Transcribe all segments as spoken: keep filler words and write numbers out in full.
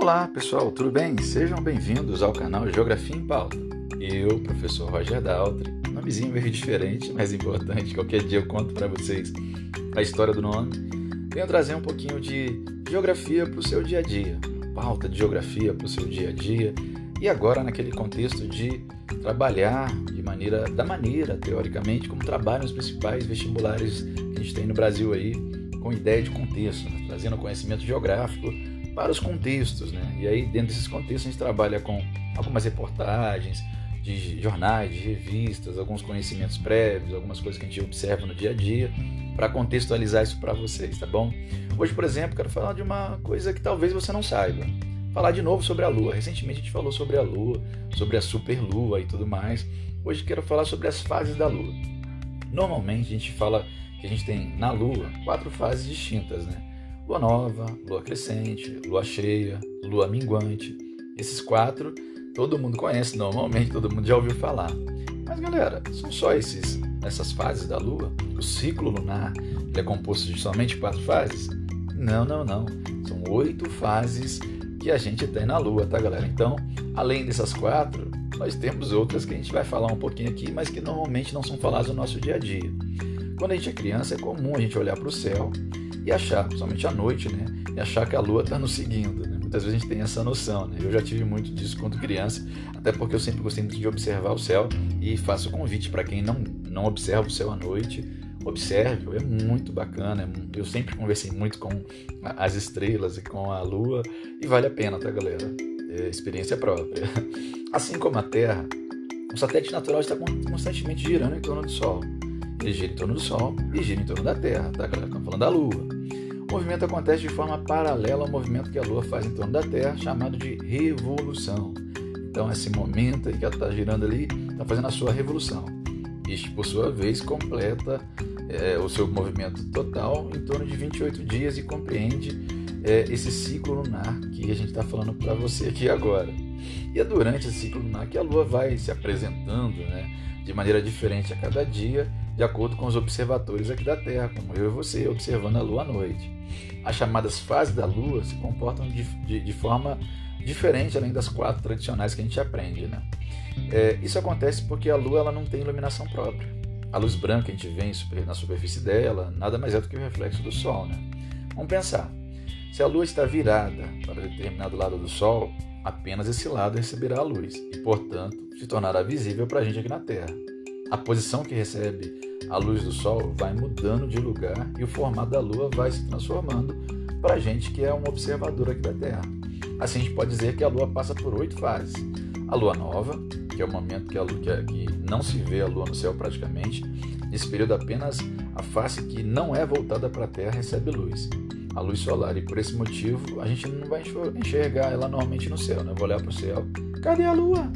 Olá pessoal, tudo bem? Sejam bem-vindos ao canal Geografia em Pauta. Eu, professor Roger Daltri, nomezinho meio diferente, mas importante, qualquer dia eu conto para vocês a história do nome. Venho trazer um pouquinho de geografia para o seu dia a dia, pauta de geografia para o seu dia a dia, e agora naquele contexto de trabalhar de maneira, da maneira, teoricamente, como trabalham os principais vestibulares que a gente tem no Brasil aí, com ideia de contexto, né? Trazendo conhecimento geográfico para os contextos, né? E aí dentro desses contextos a gente trabalha com algumas reportagens de jornais, de revistas, alguns conhecimentos prévios, algumas coisas que a gente observa no dia a dia, para contextualizar isso para vocês, tá bom? Hoje, por exemplo, quero falar de uma coisa que talvez você não saiba. Falar de novo sobre a Lua. Recentemente a gente falou sobre a Lua, sobre a superlua e tudo mais. Hoje quero falar sobre as fases da Lua. Normalmente a gente fala que a gente tem na Lua quatro fases distintas, né? Lua nova, lua crescente, lua cheia, lua minguante. Esses quatro todo mundo conhece normalmente, todo mundo já ouviu falar. Mas galera, são só esses, essas fases da Lua? O ciclo lunar ele é composto de somente quatro fases? Não, não, não. São oito fases que a gente tem na Lua, tá galera? Então, além dessas quatro, nós temos outras que a gente vai falar um pouquinho aqui, mas que normalmente não são faladas no nosso dia a dia. Quando a gente é criança, é comum a gente olhar para o céu e achar, principalmente à noite, né? E achar que a Lua está nos seguindo, né? Muitas vezes a gente tem essa noção, né? Eu já tive muito disso quando criança, até porque eu sempre gostei muito de observar o céu e faço o convite para quem não, não observa o céu à noite, observe, é muito bacana. Eu sempre conversei muito com as estrelas e com a Lua e vale a pena, tá galera? É experiência própria. Assim como a Terra, o satélite natural está constantemente girando em torno do Sol. Ele gira em torno do Sol e gira em torno da Terra, tá galera? Estamos falando da Lua. O movimento acontece de forma paralela ao movimento que a Lua faz em torno da Terra, chamado de revolução. Então, esse momento em que ela está girando ali, está fazendo a sua revolução. Isto, por sua vez, completa é, o seu movimento total em torno de vinte e oito dias e compreende é, esse ciclo lunar que a gente está falando para você aqui agora. E é durante esse ciclo lunar que a Lua vai se apresentando, né, de maneira diferente a cada dia, de acordo com os observatórios aqui da Terra, como eu e você, observando a Lua à noite. As chamadas fases da Lua se comportam de, de, de forma diferente, além das quatro tradicionais que a gente aprende, né? É, isso acontece porque a Lua ela não tem iluminação própria. A luz branca que a gente vê na superfície dela nada mais é do que o reflexo do Sol, né? Vamos pensar, se a Lua está virada para determinado lado do Sol, apenas esse lado receberá a luz e, portanto, se tornará visível para a gente aqui na Terra. A posição que recebe a luz do Sol vai mudando de lugar e o formato da Lua vai se transformando para a gente que é um observador aqui da Terra. Assim a gente pode dizer que a Lua passa por oito fases. A Lua nova, que é o momento que, a Lua, que, é, que não se vê a Lua no céu praticamente. Nesse período apenas a face que não é voltada para a Terra recebe luz. A luz solar, e por esse motivo a gente não vai enxergar ela normalmente no céu, né? Eu vou olhar para o céu, cadê a Lua?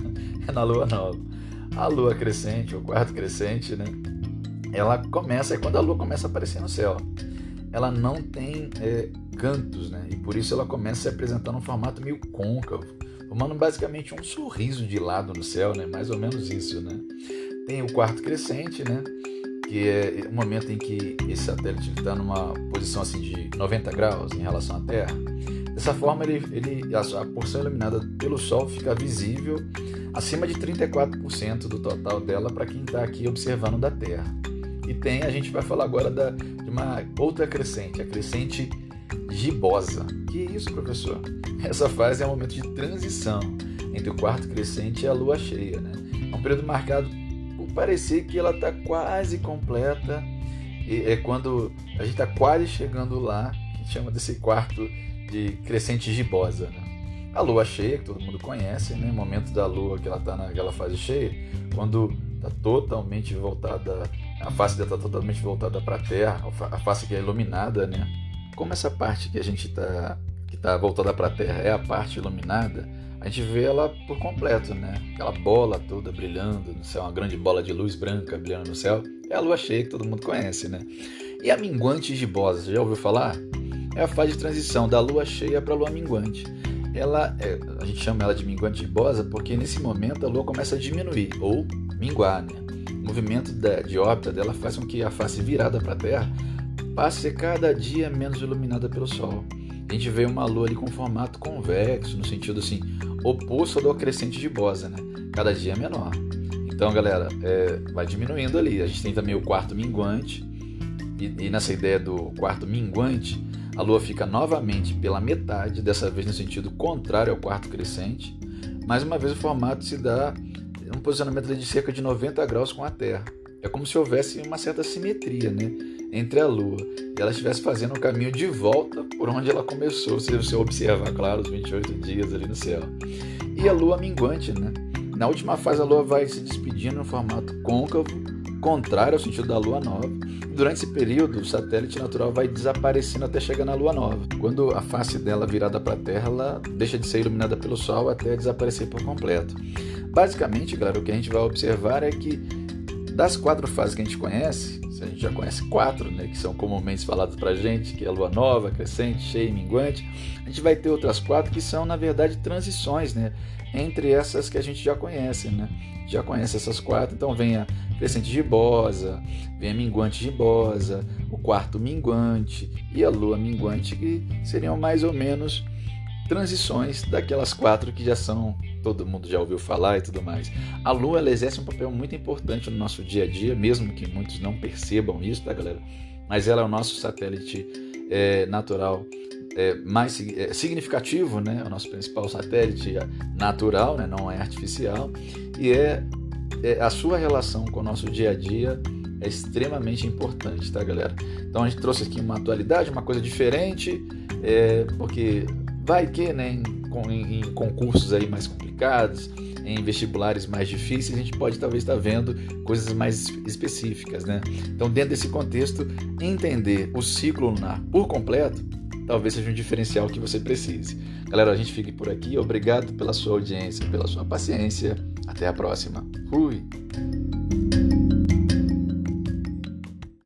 É na Lua nova. A Lua crescente, o quarto crescente, né? Ela começa, é quando a Lua começa a aparecer no céu. Ela não tem é, cantos, né? E por isso ela começa se apresentando um formato meio côncavo, formando basicamente um sorriso de lado no céu, né? Mais ou menos isso, né? Tem o quarto crescente, né? Que é o momento em que esse satélite está numa posição assim de noventa graus em relação à Terra. Dessa forma, ele, ele, a porção iluminada pelo Sol fica visível acima de trinta e quatro por cento do total dela para quem está aqui observando da Terra. E tem, a gente vai falar agora da, de uma outra crescente, a crescente gibosa. Que isso, professor? Essa fase é um momento de transição entre o quarto crescente e a Lua cheia, né? É um período marcado por parecer que ela está quase completa, e é quando a gente está quase chegando lá, que a gente chama desse quarto de crescente gibosa, né? A Lua cheia, que todo mundo conhece, né? O momento da Lua que ela está naquela fase cheia, quando está totalmente voltada, a face dela está totalmente voltada para a Terra, a face que é iluminada, né? Como essa parte que a gente está que está voltada para a Terra é a parte iluminada, a gente vê ela por completo, né? Aquela bola toda brilhando no céu, uma grande bola de luz branca brilhando no céu, é a Lua cheia que todo mundo conhece, né? E a minguante gibosa, você já ouviu falar? É a fase de transição da Lua cheia para a Lua minguante. Ela, é, a gente chama ela de minguante gibosa porque nesse momento a Lua começa a diminuir ou minguar, né? O movimento da, de órbita dela faz com que a face virada para a Terra passe a ser cada dia menos iluminada pelo Sol. A gente vê uma lua ali com formato convexo, no sentido assim, oposto ao do crescente de Bosa, né? Cada dia é menor. Então, galera, é, vai diminuindo ali. A gente tem também o quarto minguante, e, e nessa ideia do quarto minguante, a lua fica novamente pela metade, dessa vez no sentido contrário ao quarto crescente. Mais uma vez o formato se dá um posicionamento de cerca de noventa graus com a Terra. É como se houvesse uma certa simetria, né, entre a Lua e ela estivesse fazendo o caminho de volta por onde ela começou, se você observar, claro, os vinte e oito dias ali no céu. E a Lua minguante, né? Na última fase a Lua vai se despedindo no formato côncavo, contrário ao sentido da Lua nova. E durante esse período, o satélite natural vai desaparecendo até chegar na Lua nova. Quando a face dela virada para a Terra, ela deixa de ser iluminada pelo Sol até desaparecer por completo. Basicamente, galera, o que a gente vai observar é que das quatro fases que a gente conhece, a gente já conhece quatro, né, que são comumente faladas para a gente, que é a lua nova, crescente, cheia e minguante, a gente vai ter outras quatro que são, na verdade, transições, né, entre essas que a gente já conhece, né, já conhece essas quatro, então vem a crescente gibosa, vem a minguante gibosa, o quarto minguante e a lua minguante, que seriam mais ou menos transições daquelas quatro que já são, todo mundo já ouviu falar e tudo mais. A Lua, ela exerce um papel muito importante no nosso dia a dia, mesmo que muitos não percebam isso, tá, galera? Mas ela é o nosso satélite é, natural é, mais é, significativo, né? O nosso principal satélite natural, né? Não é artificial, e é, é a sua relação com o nosso dia a dia é extremamente importante, tá, galera? Então a gente trouxe aqui uma atualidade, uma coisa diferente, é, porque vai que, né, em, em, em concursos aí mais complicados, em vestibulares mais difíceis, a gente pode talvez estar vendo coisas mais específicas, né? Então, dentro desse contexto, entender o ciclo lunar por completo talvez seja um diferencial que você precise. Galera, a gente fica por aqui. Obrigado pela sua audiência, pela sua paciência. Até a próxima. Fui!